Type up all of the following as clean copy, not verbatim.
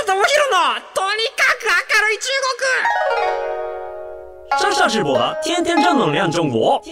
智弘のとにかく明るい中国。 上上直播的天天正能量中国。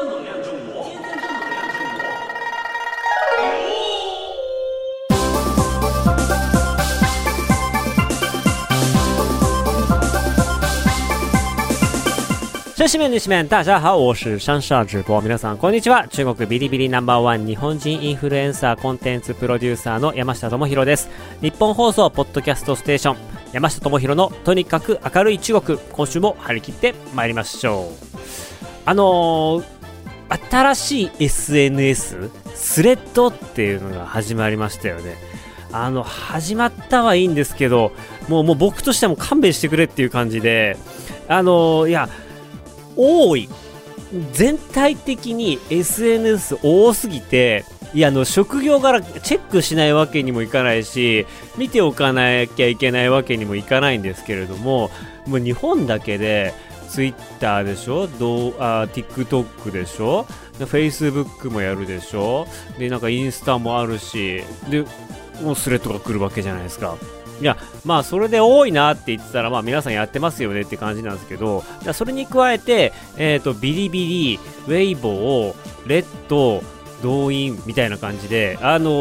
真面目女子们，大家好，我是上上直播。皆さんこんにちは。中国ビリビリナンバーワン日本人インフルエンサーコンテンツプロデューサーの山下智博です。日本放送ポッドキャストステーション山下智博のとにかく明るい中国、今週も張り切ってまいりましょう。新しい SNS スレッドっていうのが始まりましたよね。始まったはいいんですけど、もう僕としてはもう勘弁してくれっていう感じで、いや多い、全体的に SNS 多すぎて、いや職業柄チェックしないわけにもいかないし、見ておかなきゃいけないわけにもいかないんですけれども、もう日本だけで Twitter でしょ、TikTok でしょ、Facebook もやるでしょ、でなんかインスタもあるし、でもうスレッドが来るわけじゃないですか。いやまあそれで多いなって言ってたら、まあ皆さんやってますよねって感じなんですけど、それに加えてビリビリ、ウェイボー、レッド、動員みたいな感じで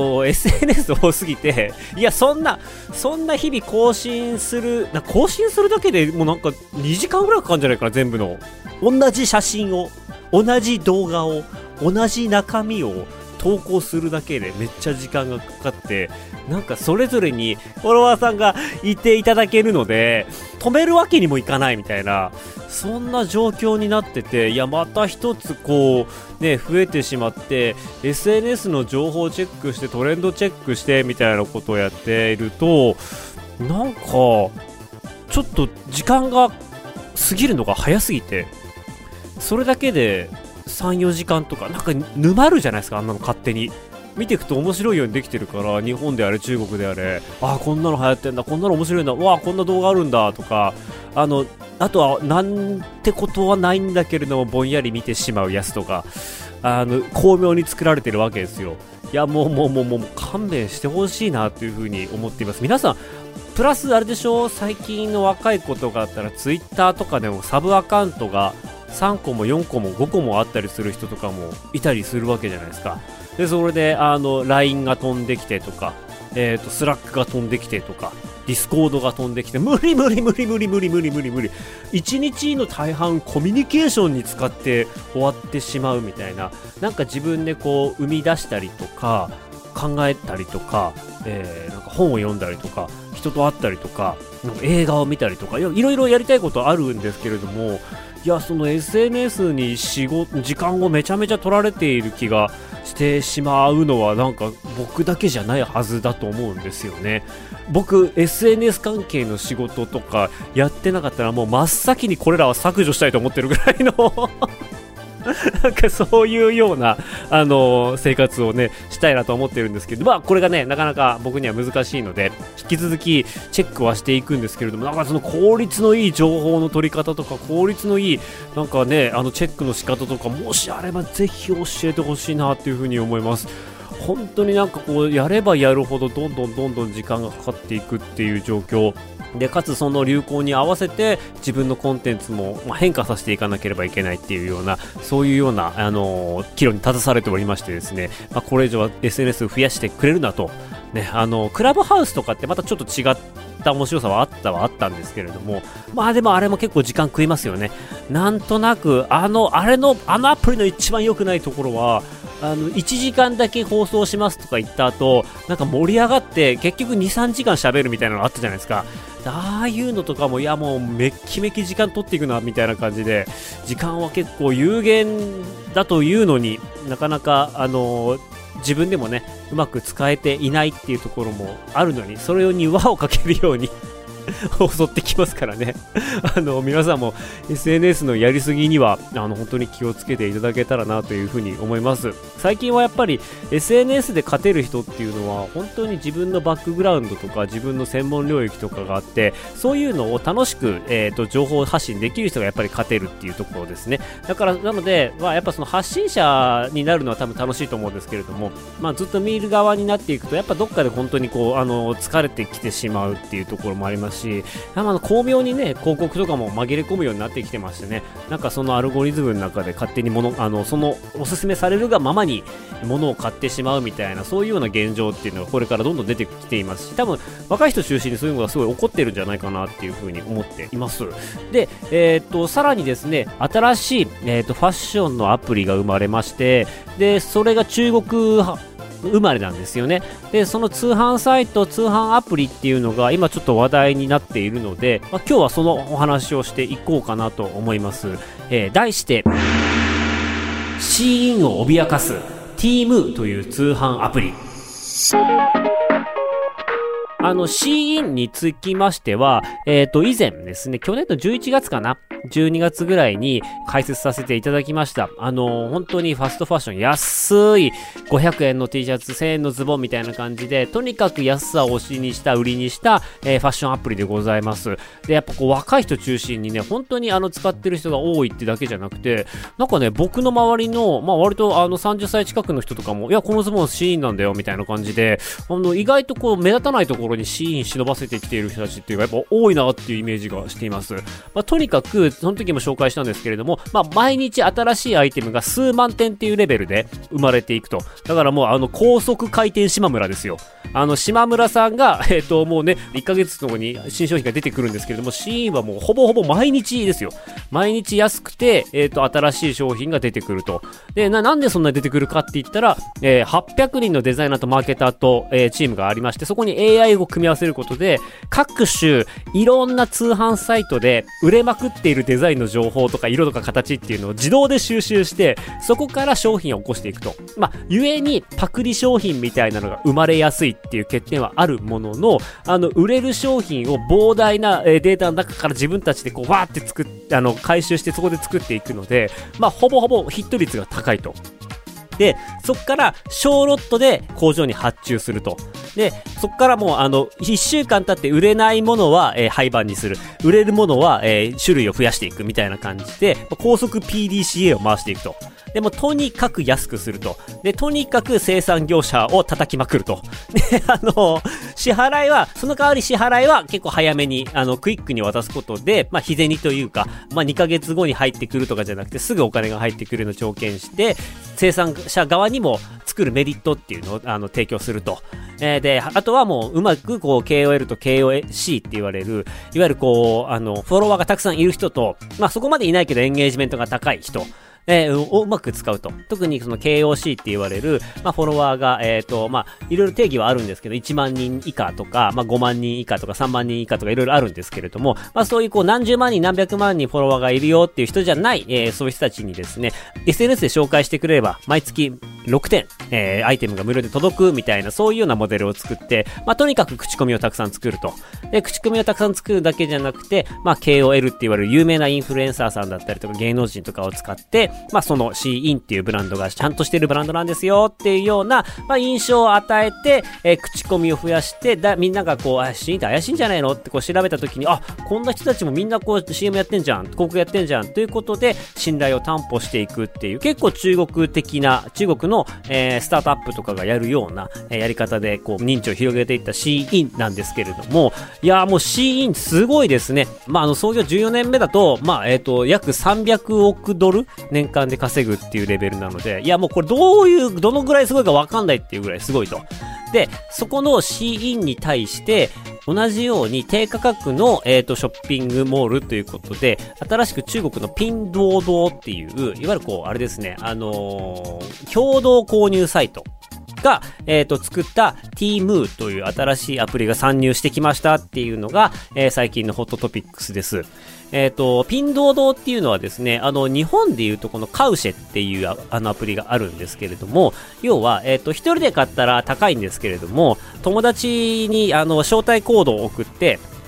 SNS 多すぎて、いやそんな日々更新するだけでもうなんか2時間ぐらいかかるんじゃないかな。全部の同じ写真を、同じ動画を、同じ中身を投稿するだけでめっちゃ時間がかかって、なんかそれぞれにフォロワーさんがいていただけるので止めるわけにもいかないみたいな、そんな状況になってて、いやまた一つこうね増えてしまって、 SNS の情報チェックしてトレンドチェックしてみたいなことをやっていると、なんかちょっと時間が過ぎるのが早すぎて、それだけで 3,4 時間とかなんか沼るじゃないですか。あんなの勝手に見ていくと面白いようにできてるから、日本であれ中国であれ、こんなの流行ってんだ、こんなの面白いんだ、わあこんな動画あるんだとか、あとはなんてことはないんだけれどもぼんやり見てしまうやつとか、巧妙に作られてるわけですよ。いやもう勘弁してほしいなというふうに思っています。皆さんプラスあれでしょ、最近の若い子とかあったらツイッターとかでもサブアカウントが3個も4個も5個もあったりする人とかもいたりするわけじゃないですか。でそれでLINE が飛んできてとか、スラックが飛んできてとか、ディスコードが飛んできて、無理1日の大半コミュニケーションに使って終わってしまうみたいな、なんか自分でこう生み出したりとか考えたりとか、なんか本を読んだりとか、人と会ったりとか、なんか映画を見たりとか、いろいろやりたいことあるんですけれども、いやその SNS に時間をめちゃめちゃ取られている気がしてしまうのは、なんか僕だけじゃないはずだと思うんですよね。僕 SNS 関係の仕事とかやってなかったら、もう真っ先にこれらは削除したいと思ってるぐらいのなんかそういうような生活をねしたいなと思ってるんですけど、まあこれがねなかなか僕には難しいので、引き続きチェックはしていくんですけれども、なんかその効率のいい情報の取り方とか、効率のいいなんかねチェックの仕方とか、もしあればぜひ教えてほしいなっていうふうに思います。本当になんかこうやればやるほどどんどん時間がかかっていくっていう状況で、かつその流行に合わせて自分のコンテンツも変化させていかなければいけないっていうような、そういうような岐路に立たされておりましてですね、これ以上は SNS を増やしてくれるなとね、クラブハウスとかってまたちょっと違った面白さはあったんですけれども、でもあれも結構時間食いますよね。なんとなくあのアプリの一番良くないところは、1時間だけ放送しますとか言った後、なんか盛り上がって結局 2,3 時間喋るみたいなのあったじゃないですか。ああいうのとかも、いやもうめっきめき時間取っていくなみたいな感じで、時間は結構有限だというのになかなか自分でもねうまく使えていないっていうところもあるのに、それに輪をかけるように襲ってきますからね皆さんも SNS のやりすぎには本当に気をつけていただけたらなというふうに思います。最近はやっぱり SNS で勝てる人っていうのは本当に自分のバックグラウンドとか自分の専門領域とかがあって、そういうのを楽しく、情報発信できる人がやっぱり勝てるっていうところですね。だからなので、やっぱその発信者になるのは多分楽しいと思うんですけれども、ずっと見る側になっていくとやっぱどっかで本当にこう疲れてきてしまうっていうところもありますし、巧妙にね広告とかも紛れ込むようになってきてましてね、なんかそのアルゴリズムの中で勝手にそのおすすめされるがままに物を買ってしまうみたいな、そういうような現状っていうのがこれからどんどん出てきていますし、多分若い人中心にそういうのがすごい起こってるんじゃないかなっていうふうに思っています。で、さらにですね、新しい、ファッションのアプリが生まれまして、でそれが中国生まれなんですよね。でその通販サイト、通販アプリっていうのが今ちょっと話題になっているので、今日はそのお話をしていこうかなと思います。題してSHEINを脅かす Temu という通販アプリ。SHEINにつきましては、以前ですね、去年の11月かな、12月ぐらいに解説させていただきました。本当にファストファッション、安い500円の T シャツ、1000円のズボンみたいな感じで、とにかく安さを推しにした、売りにした、ファッションアプリでございます。で、やっぱこう若い人中心にね、本当に使ってる人が多いってだけじゃなくて、なんかね、僕の周りの、割と30歳近くの人とかも、いや、このズボンSHEINなんだよ、みたいな感じで、意外とこう目立たないところにSHEIN忍ばせてきている人たちっていうのがやっぱ多いなっていうイメージがしています。とにかくその時も紹介したんですけれども、毎日新しいアイテムが数万点っていうレベルで生まれていくと。だからもう高速回転島村ですよ。島村さんがもうね1ヶ月の後に新商品が出てくるんですけれども、SHEINはもうほぼほぼ毎日ですよ。毎日安くて新しい商品が出てくると。でなんでそんなに出てくるかって言ったら、800人のデザイナーとマーケターと、チームがありまして、そこに AI を組み合わせることで各種いろんな通販サイトで売れまくっているデザインの情報とか色とか形っていうのを自動で収集して、そこから商品を起こしていくと。ゆえにパクリ商品みたいなのが生まれやすいっていう欠点はあるものの、売れる商品を膨大なデータの中から自分たちでこうわーって回収してそこで作っていくので、ほぼほぼヒット率が高いと。でそこから小ロットで工場に発注すると。でそこからもう1週間経って売れないものは、廃盤にする、売れるものは、種類を増やしていくみたいな感じで高速 PDCA を回していくと。でもとにかく安くすると。でとにかく生産業者を叩きまくると。で支払いはその代わり支払いは結構早めにクイックに渡すことで、日銭というか、2ヶ月後に入ってくるとかじゃなくてすぐお金が入ってくるのを条件して生産者側にも作るメリットっていうのを提供すると。であとはもううまくこう KOL と KOC って言われる、いわゆるこうフォロワーがたくさんいる人と、そこまでいないけどエンゲージメントが高い人をうまく使うと。特にその KOC って言われる、フォロワーがいろいろ定義はあるんですけど、1万人以下とか、5万人以下とか3万人以下とかいろいろあるんですけれども、そういうこう何十万人何百万人フォロワーがいるよっていう人じゃない、そういう人たちにですね SNS で紹介してくれれば毎月6点、アイテムが無料で届くみたいな、そういうようなモデルを作って、とにかく口コミをたくさん作ると。で口コミをたくさん作るだけじゃなくて、KOL って言われる有名なインフルエンサーさんだったりとか芸能人とかを使って、その SHEIN っていうブランドがちゃんとしてるブランドなんですよっていうような、印象を与えて、口コミを増やしてみんながこうSHEIN って怪しいんじゃないのってこう調べた時に、こんな人たちもみんなこう CM やってんじゃん、広告やってんじゃんということで信頼を担保していくっていう、結構中国の、スタートアップとかがやるような、やり方でこう認知を広げていった SHEIN なんですけれども、いやもう SHEIN すごいですね。創業14年目だと約300億ドル年間で稼ぐっていうレベルなので、いやもうこれどのぐらいすごいか分かんないっていうぐらいすごいと。でそこの SHEIN に対して同じように低価格の、ショッピングモールということで、新しく中国のピンドードーっていう、いわゆるこうあれですね、共同購入サイトが、作った Temu という新しいアプリが参入してきましたっていうのが、最近のホットトピックスです。ピンドードーっていうのはですね、日本でいうとこのカウシェっていうアプリがあるんですけれども、要は、一人で買ったら高いんですけれども、友達に招待コードを送って、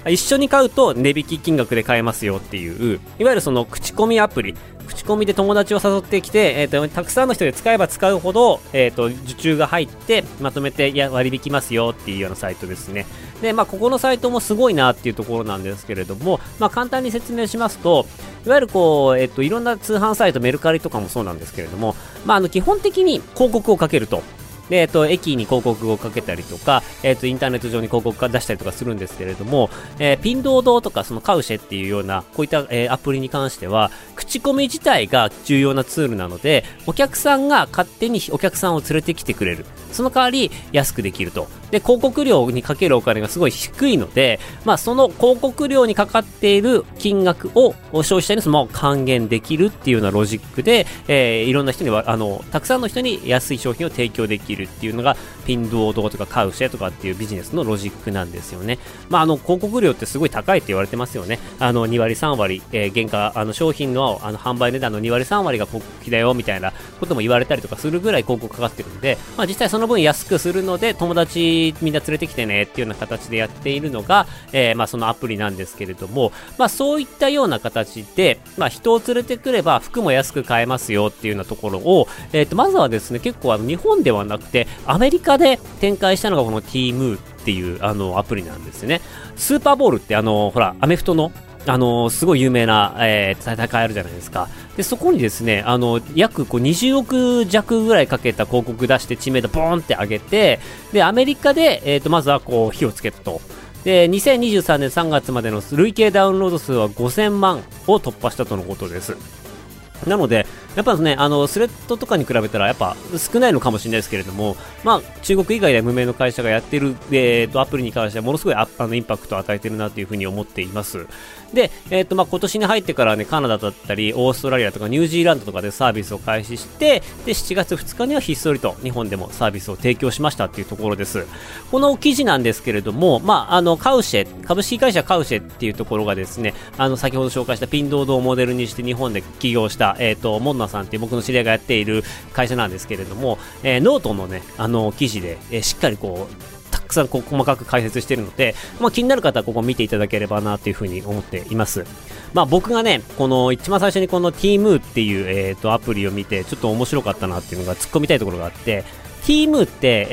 一緒に買うと値引き金額で買えますよっていう、いわゆるその口コミアプリ、口コミで友達を誘ってきて、たくさんの人で使えば使うほど、受注が入ってまとめて割り引きますよっていうようなサイトですね。で、ここのサイトもすごいなっていうところなんですけれども、簡単に説明しますと、いわゆるいろんな通販サイト、メルカリとかもそうなんですけれども、基本的に広告をかけると。で、駅に広告をかけたりとか、インターネット上に広告を出したりとかするんですけれども、ピンドードとかそのカウシェっていうような、こういった、アプリに関しては、口コミ自体が重要なツールなので、お客さんが勝手にお客さんを連れてきてくれる。その代わり安くできると。で、広告料にかけるお金がすごい低いので、その広告料にかかっている金額を消費者にそのまま還元できるっていうようなロジックで、いろんな人には、たくさんの人に安い商品を提供できるっていうのが、ピンドードとかカウシェとかっていうビジネスのロジックなんですよね。広告料ってすごい高いって言われてますよね。2割3割、原価、商品の、販売値段の2割3割が広告費だよみたいなことも言われたりとかするぐらい広告かかってるので、実際その分安くするので、友達みんな連れてきてねっていうような形でやっているのが、そのアプリなんですけれども、そういったような形で、人を連れてくれば服も安く買えますよっていうようなところを、まずはですね、結構日本ではなくて、アメリカで展開したのがこの Temu っていうアプリなんですね。スーパーボールってほら、アメフトのすごい有名な、大会あるじゃないですか。で、そこにですね、約20億弱ぐらいかけた広告出して知名度ボーンって上げて、で、アメリカで、まずは火をつけたと。で、2023年3月までの累計ダウンロード数は5000万を突破したとのことです。なので、やっぱですね、スレッドとかに比べたらやっぱ少ないのかもしれないですけれども、中国以外で無名の会社がやってる、アプリに関してはものすごいインパクトを与えてるなというふうに思っています。で、今年に入ってからね、カナダだったり、オーストラリアとかニュージーランドとかでサービスを開始して、で、7月2日にはひっそりと日本でもサービスを提供しましたっていうところです。この記事なんですけれども、カウシェ、株式会社カウシェっていうところがですね、先ほど紹介したピンドードをモデルにして日本で起業した、モンナさんっていう僕の知り合いがやっている会社なんですけれども、ノートのね、記事で、しっかりたくさん細かく解説しているので、気になる方はここ見ていただければなというふうに思っています。僕がね、この一番最初にこの Temu っていう、アプリを見てちょっと面白かったなっていうのが突っ込みたいところがあって、Temu って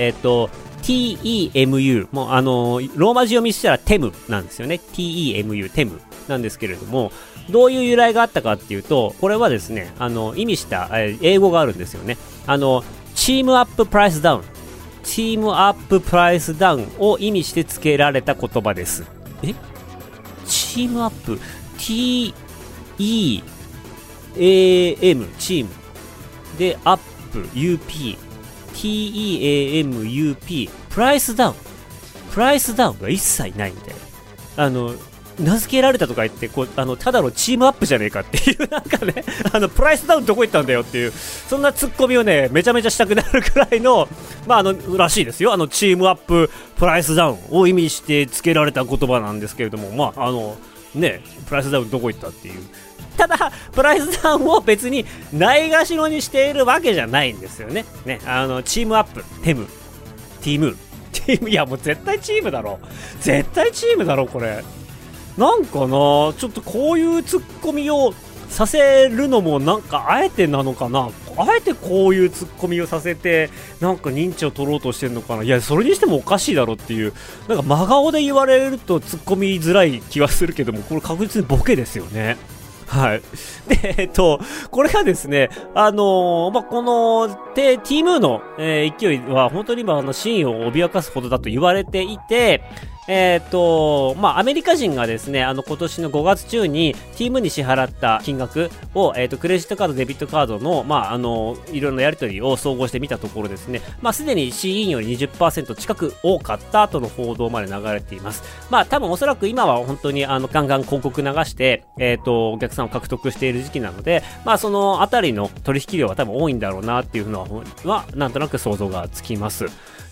、TEMU、もうローマ字読みしたら TEMU なんですよね。TEMU、TEMU なんですけれども、どういう由来があったかっていうと、これはですね、意味した、英語があるんですよね。チームアッププライスダウン。チームアッププライスダウンを意味して付けられた言葉です。チームアップ TEAM チームでアップ UP TEAMUP プライスダウンが一切ないみたいな。名付けられたとか言ってただのチームアップじゃねえかっていうなんかねプライスダウンどこ行ったんだよっていうそんなツッコミをねめちゃめちゃしたくなるくらいのらしいですよ。チームアッププライスダウンを意味して付けられた言葉なんですけれども、ね、プライスダウンどこ行ったっていう。ただプライスダウンを別にないがしろにしているわけじゃないんですよね。チームアップティムいやもう絶対チームだろこれ。なんかな、ちょっとこういうツッコミをさせるのもなんかあえてなのかな。あえてこういうツッコミをさせてなんか認知を取ろうとしてるのかな。いやそれにしてもおかしいだろっていう、なんか真顔で言われるとツッコみづらい気はするけども、これ確実にボケですよね。はい。で、これがですね、この、Temu の、勢いは本当に今、真意を脅かすほどだと言われていて、アメリカ人がですね、今年の5月中に Temu に支払った金額を、クレジットカード、デビットカードの、いろんなやり取りを総合してみたところですね、すでに CE より 20% 近く多かったとの報道まで流れています。多分おそらく今は本当にガンガン広告流して、お客さんを獲得している時期なので、そのあたりの取引量は多分多いんだろうなっていうのはなんとなく想像がつきます。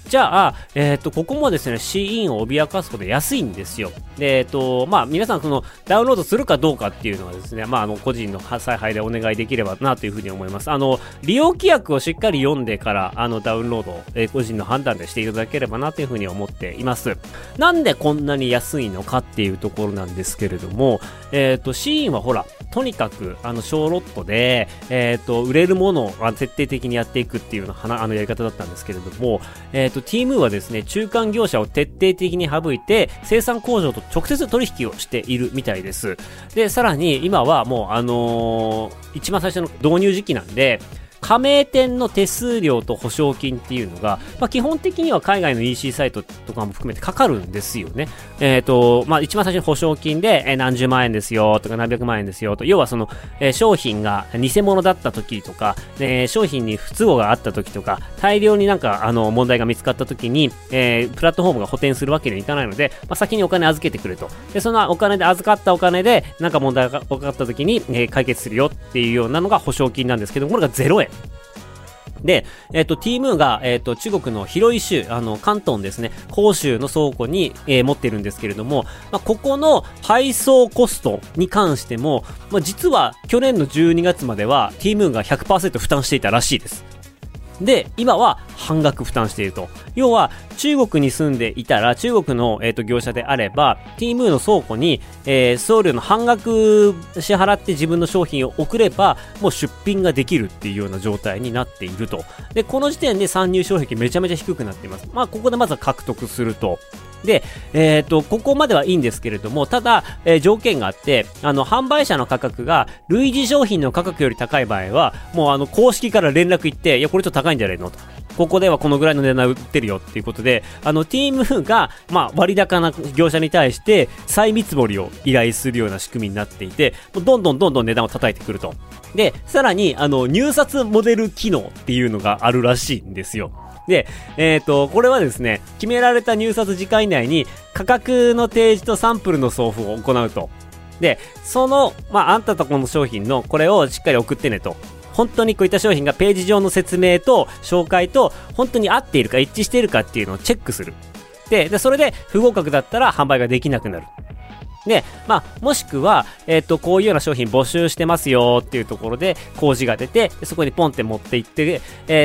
じゃあ、ここもですね、シーンを脅かすほど安いんですよ。で、皆さんそのダウンロードするかどうかっていうのはですね、個人の采配でお願いできればなというふうに思います。利用規約をしっかり読んでから、ダウンロードを、個人の判断でしていただければなというふうに思っています。なんでこんなに安いのかっていうところなんですけれども、シーンはほら、とにかく、小ロットで、売れるものを徹底的にやっていくっていうようなやり方だったんですけれども、Temu はですね、中間業者を徹底的に省いて、生産工場と直接取引をしているみたいです。で、さらに今はもう一番最初の導入時期なんで、加盟店の手数料と保証金っていうのが、基本的には海外の EC サイトとかも含めてかかるんですよね。一番最初に保証金で、何十万円ですよとか何百万円ですよと、要はその、商品が偽物だった時とか、商品に不都合があった時とか、大量になんか問題が見つかった時に、プラットフォームが補填するわけにはいかないので、先にお金預けてくれと。で、そのお金で預かったお金で、なんか問題が起こった時に、解決するよっていうようなのが保証金なんですけど、これが0円。で、Temu が、中国の広い州、広東ですね、広州の倉庫に、持っているんですけれども、ここの配送コストに関しても、実は去年の12月までは Temu が 100% 負担していたらしいです。で、今は半額負担していると。要は、中国に住んでいたら、中国の、業者であれば、Temu の倉庫に、送料の半額支払って自分の商品を送れば、もう出品ができるっていうような状態になっていると。で、この時点で参入障壁めちゃめちゃ低くなっています。ここでまずは獲得すると。で、ここまではいいんですけれども、ただ、条件があって、販売者の価格が類似商品の価格より高い場合は、もう公式から連絡行って、いや、これちょっと高いんじゃないのと。ここではこのぐらいの値段売ってるよっていうことで、Temu が、割高な業者に対して、再見積もりを依頼するような仕組みになっていて、どんどん値段を叩いてくると。で、さらに、入札モデル機能っていうのがあるらしいんですよ。で、これはですね、決められた入札時間以内に価格の提示とサンプルの送付を行うと。で、その、あんたとこの商品のこれをしっかり送ってねと。本当にこういった商品がページ上の説明と紹介と本当に合っているか一致しているかっていうのをチェックする。で、それで不合格だったら販売ができなくなる。で、もしくは、こういうような商品募集してますよっていうところで、工事が出て、そこにポンって持っていって、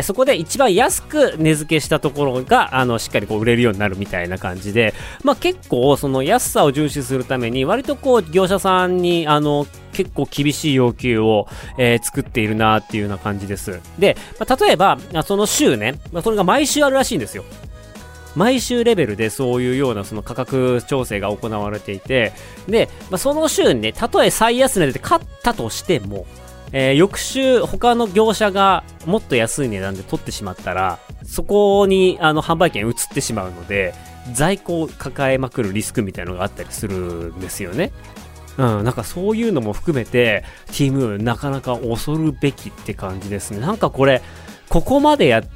そこで一番安く値付けしたところが、しっかりこう売れるようになるみたいな感じで、結構、その安さを重視するために、割とこう、業者さんに、結構厳しい要求を、作っているなっていうような感じです。で、例えば、その週ね、それが毎週あるらしいんですよ。毎週レベルでそういうようなその価格調整が行われていて、で、その週にね、たとえ最安値で買ったとしても、翌週他の業者がもっと安い値段で取ってしまったら、そこに販売権移ってしまうので、在庫を抱えまくるリスクみたいなのがあったりするんですよね。なんかそういうのも含めて、Temuなかなか恐るべきって感じですね。なんかこれ、ここまでやって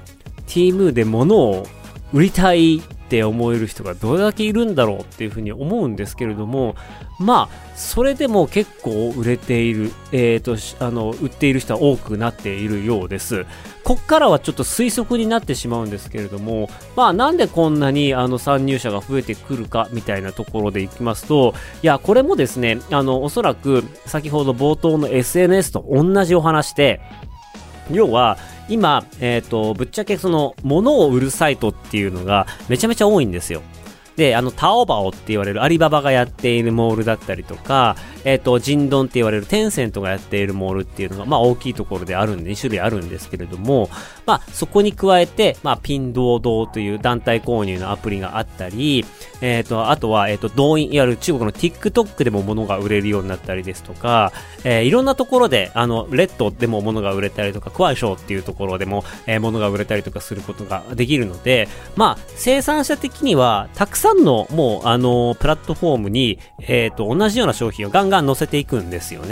、Temuで物を売りたいって思える人がどれだけいるんだろうっていうふうに思うんですけれども、それでも結構売れている、売っている人は多くなっているようです。こっからはちょっと推測になってしまうんですけれども、なんでこんなに参入者が増えてくるかみたいなところでいきますと、いや、これもですね、おそらく先ほど冒頭の SNS と同じお話で、要は、今、ぶっちゃけその、物を売るサイトっていうのがめちゃめちゃ多いんですよ。で、タオバオって言われるアリババがやっているモールだったりとか、ジンドンって言われるテンセントがやっているモールっていうのが、大きいところであるんで、2種類あるんですけれども、そこに加えて、ピンドードーという団体購入のアプリがあったり、あとは、動員、いわゆる中国の TikTok でも物が売れるようになったりですとか、いろんなところで、レッドでも物が売れたりとか、クワイショーっていうところでも、物が売れたりとかすることができるので、生産者的には、たくさんの、もう、プラットフォームに、同じような商品をガンガン載せていくんですよね。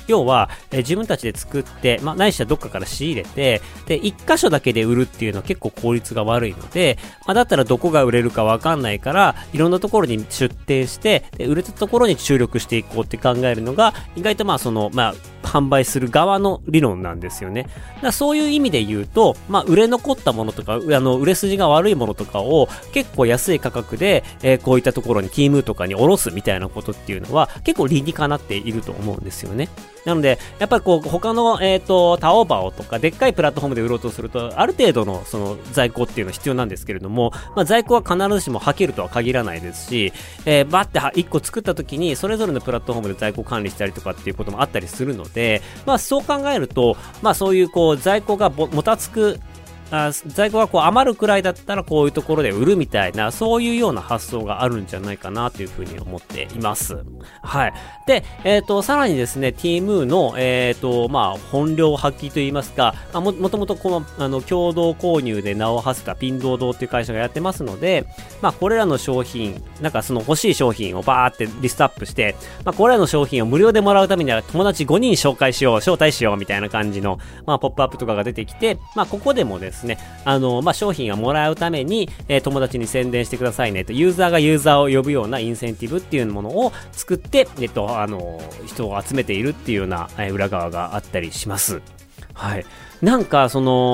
要は、自分たちで作って、ないしはどっかから仕入れて、で、一箇所だけで売るっていうのは結構効率が悪いので、だったらどこが売れるかわかんないから、いろんなところに出店して、で、売れたところに注力していこうって考えるのが、意外と販売する側の理論なんですよね。だからそういう意味で言うと、売れ残ったものとか、売れ筋が悪いものとかを結構安い価格で、こういったところに Temu とかに卸すみたいなことっていうのは結構理にかなっていると思うんですよね。なので、やっぱり他の、タオバオとかでっかいプラットフォームで売ろうとすると、ある程度のその在庫っていうのは必要なんですけれども、在庫は必ずしも履けるとは限らないですし、バッて1個作った時にそれぞれのプラットフォームで在庫管理したりとかっていうこともあったりするので、そう考えると、そういう在庫がもたつく、在庫が余るくらいだったらこういうところで売るみたいな、そういうような発想があるんじゃないかなというふうに思っています。はい。で、さらにですね、Temu の、本領発揮といいますか、もともとこの、共同購入で名を馳せたピンドードっていう会社がやってますので、これらの商品、なんかその欲しい商品をバーってリストアップして、これらの商品を無料でもらうためには友達5人招待しようみたいな感じの、ポップアップとかが出てきて、ここでもですね、商品をもらうために、友達に宣伝してくださいねと、ユーザーがユーザーを呼ぶようなインセンティブっていうものを作って、人を集めているっていうような、裏側があったりします。はい。なんか、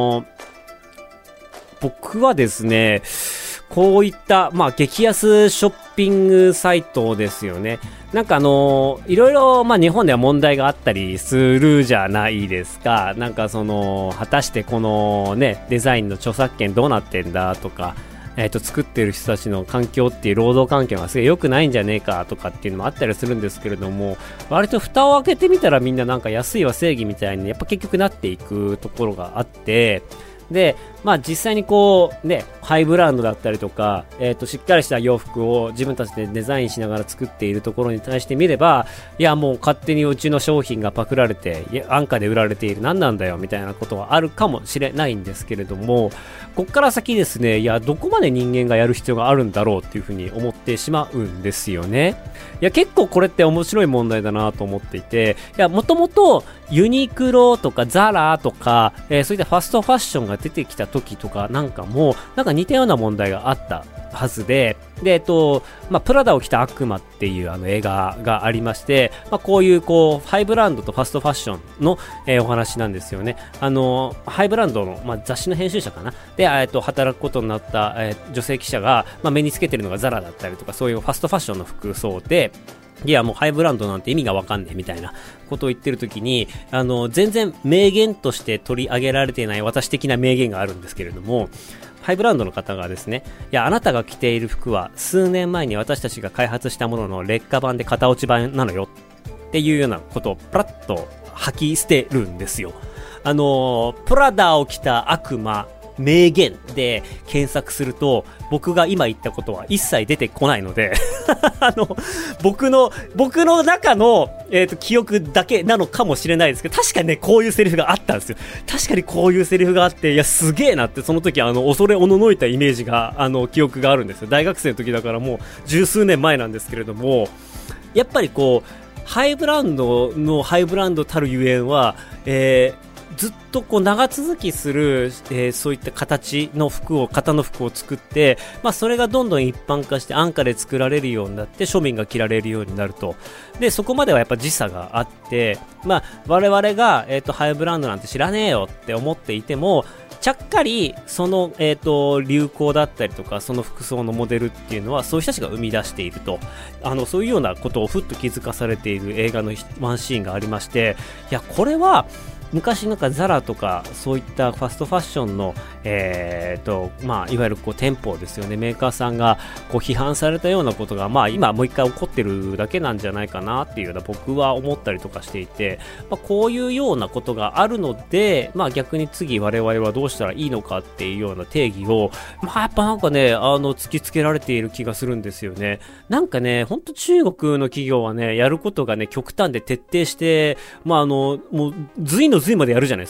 僕はですね、こういった、激安ショッピングサイトですよね。なんかいろいろ、日本では問題があったりするじゃないですか。なんか果たしてこのね、デザインの著作権どうなってんだとか、作ってる人たちの環境っていう労働環境がすげえ良くないんじゃねえかとかっていうのもあったりするんですけれども、割と蓋を開けてみたらみんななんか安いは正義みたいにやっぱ結局なっていくところがあって、で、実際にハイブランドだったりとか、しっかりした洋服を自分たちでデザインしながら作っているところに対してみれば、いやもう勝手にうちの商品がパクられて、安価で売られている、何なんだよみたいなことはあるかもしれないんですけれども、こっから先ですね、いやどこまで人間がやる必要があるんだろうっていうふうに思ってしまうんですよね。いや結構これって面白い問題だなと思っていて、いやもともとユニクロとかザラとか、そういったファストファッションが出てきた時とかなんかもなんか似たような問題があったはずで、プラダを着た悪魔っていう映画がありまして、こういうハイブランドとファストファッションの、お話なんですよね。ハイブランドの、雑誌の編集者かなで、働くことになった、女性記者が、目につけてるのがザラだったりとか、そういうファストファッションの服装で、いやもうハイブランドなんて意味がわかんねえみたいなことを言ってるときに、全然名言として取り上げられていない私的な名言があるんですけれども、ハイブランドの方がですね、いやあなたが着ている服は数年前に私たちが開発したものの劣化版で型落ち版なのよっていうようなことをプラッと吐き捨てるんですよ。プラダを着た悪魔名言で検索すると僕が今言ったことは一切出てこないので僕の中の、記憶だけなのかもしれないですけど、確かにねこういうセリフがあったんですよ。確かにこういうセリフがあって、いやすげえなって、その時恐れおののいたイメージが記憶があるんですよ。大学生の時だからもう十数年前なんですけれども、やっぱりハイブランドのハイブランドたるゆえんは、ずっと長続きする、そういった形の型の服を作って、それがどんどん一般化して安価で作られるようになって庶民が着られるようになると。でそこまではやっぱ時差があって、我々が、ハイブランドなんて知らねえよって思っていても、ちゃっかりその、流行だったりとかその服装のモデルっていうのはそういう人たちが生み出していると、そういうようなことをふっと気づかされている映画のワンシーンがありまして、いやこれは昔なんかザラとかそういったファストファッションの、いわゆる店舗ですよね、メーカーさんが批判されたようなことが今もう一回起こってるだけなんじゃないかなっていうような僕は思ったりとかしていて、こういうようなことがあるので、逆に次我々はどうしたらいいのかっていうような定義をやっぱなんかね突きつけられている気がするんですよね。なんかねほんと中国の企業はねやることがね極端で徹底してもう随の随までやるじゃないですか。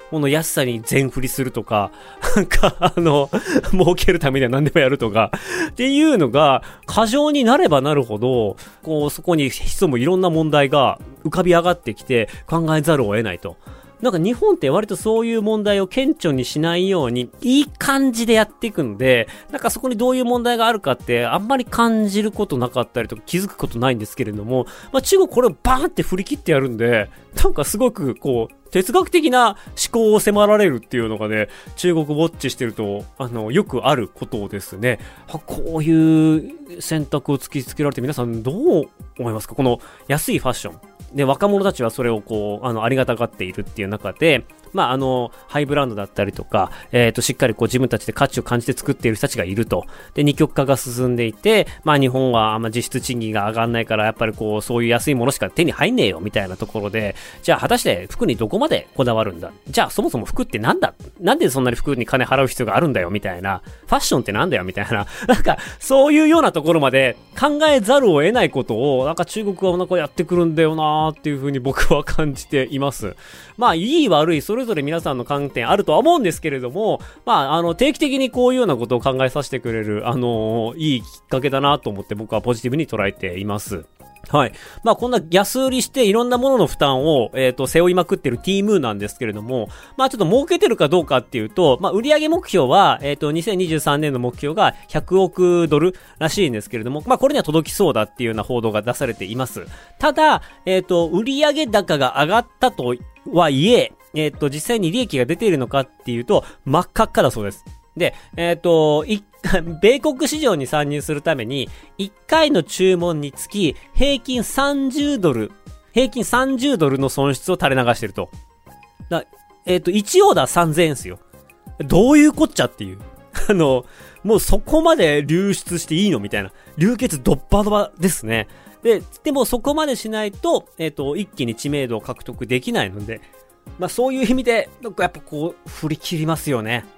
この安さに全振りするとか、なんか儲けるためには何でもやるとか、っていうのが、過剰になればなるほど、こう、そこに潜むいろんな問題が浮かび上がってきて、考えざるを得ないと。なんか日本って割とそういう問題を顕著にしないようにいい感じでやっていくので、なんかそこにどういう問題があるかってあんまり感じることなかったりとか気づくことないんですけれども、まあ中国これをバーンって振り切ってやるんで、なんかすごくこう哲学的な思考を迫られるっていうのがね、中国ウォッチしてるとよくあることですね。こういう選択を突きつけられて皆さんどう思いますか？この安いファッションで若者たちはそれをこうありがたがっているっていう中で、まあハイブランドだったりとか、しっかりこう自分たちで価値を感じて作っている人たちがいると。で、二極化が進んでいて、まあ日本は実質賃金が上がんないから、やっぱりこうそういう安いものしか手に入んねえよみたいなところで、じゃあ果たして服にどこまでこだわるんだ？じゃあそもそも服ってなんだ？なんでそんなに服に金払う必要があるんだよみたいな。ファッションってなんだよみたいな。なんかそういうようなところまで考えざるを得ないことを、なんか中国はなんかやってくるんだよなーっていう風に僕は感じています。まあいい悪いそれぞれ皆さんの観点あるとは思うんですけれども、まあ定期的にこういうようなことを考えさせてくれるいいきっかけだなと思って僕はポジティブに捉えています。はい。まあこんな安売りしていろんなものの負担を背負いまくってる T ムーなんですけれども、まあちょっと儲けてるかどうかっていうと、まあ売上目標は2023年の目標が100億ドルらしいんですけれども、まあこれには届きそうだっていうような報道が出されています。ただ売上高が上がったとはいえ、実際に利益が出ているのかっていうと真っ赤っかだそうです。で、米国市場に参入するために、1回の注文につき、平均30ドルの損失を垂れ流してると。1オーダー3000円ですよ。どういうこっちゃっていう。もうそこまで流出していいのみたいな。流血ドッパドバですね。でもそこまでしないと、一気に知名度を獲得できないので、まあそういう意味で、やっぱこう、振り切りますよね。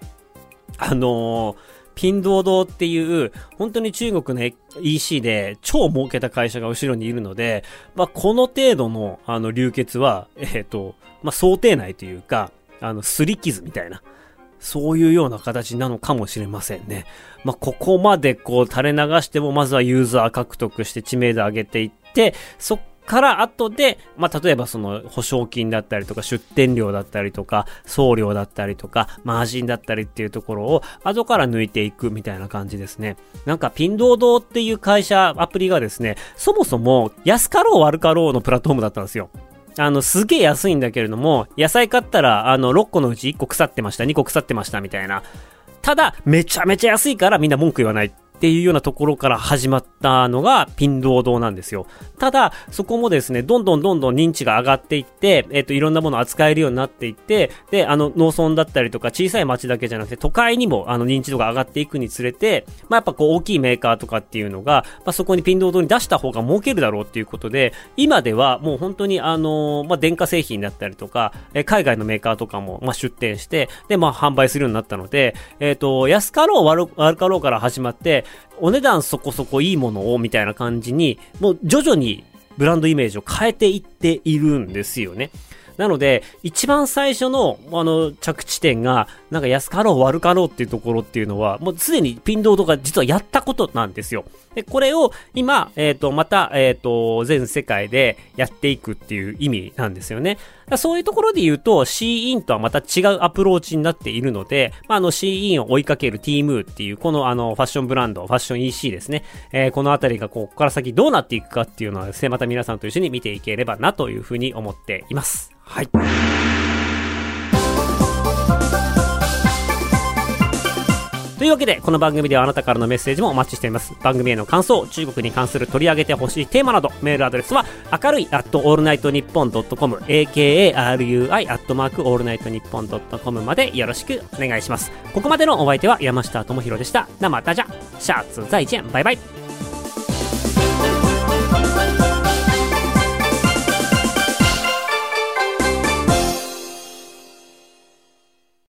ピンドードっていう、本当に中国の EC で超儲けた会社が後ろにいるので、まあ、この程度の、流血は、まあ、想定内というか、擦り傷みたいな、そういうような形なのかもしれませんね。まあ、ここまでこう垂れ流しても、まずはユーザー獲得して知名度上げていって、そっから後で、まあ、例えばその保証金だったりとか出店料だったりとか送料だったりとかマージンだったりっていうところを後から抜いていくみたいな感じですね。なんかピンドードっていう会社アプリがですね、そもそも安かろう悪かろうのプラットフォームだったんですよ。すげえ安いんだけれども、野菜買ったら6個のうち1個腐ってました、2個腐ってましたみたいな。ただめちゃめちゃ安いからみんな文句言わないっていうようなところから始まったのがピンドードーなんですよ。ただそこもですね、どんどん認知が上がっていって、いろんなものを扱えるようになっていって、で農村だったりとか小さい町だけじゃなくて都会にも認知度が上がっていくにつれて、まあやっぱこう大きいメーカーとかっていうのが、まあそこにピンドードーに出した方が儲けるだろうっていうことで、今ではもう本当にまあ電化製品だったりとか海外のメーカーとかもまあ出店してでまあ販売するようになったので、安かろう悪かろうから始まってお値段そこそこいいものをみたいな感じにもう徐々にブランドイメージを変えていっているんですよね。なので一番最初の着地点がなんか安かろう悪かろうっていうところっていうのはもうすでにピンドードが実はやったことなんですよ。でこれを今また全世界でやっていくっていう意味なんですよね。そういうところで言うと C-IN とはまた違うアプローチになっているので、まあ、C-IN を追いかける T-MOO っていうこのファッションブランド、ファッション EC ですね。このあたりがここから先どうなっていくかっていうのはですね、また皆さんと一緒に見ていければなというふうに思っています。はい。というわけでこの番組ではあなたからのメッセージもお待ちしています。番組への感想、中国に関する取り上げてほしいテーマなど、メールアドレスは明るい@allnightnippon.com akarui@allnightnippon.com までよろしくお願いします。ここまでのお相手は山下智博でした。那么大家下次再见、バイバイ。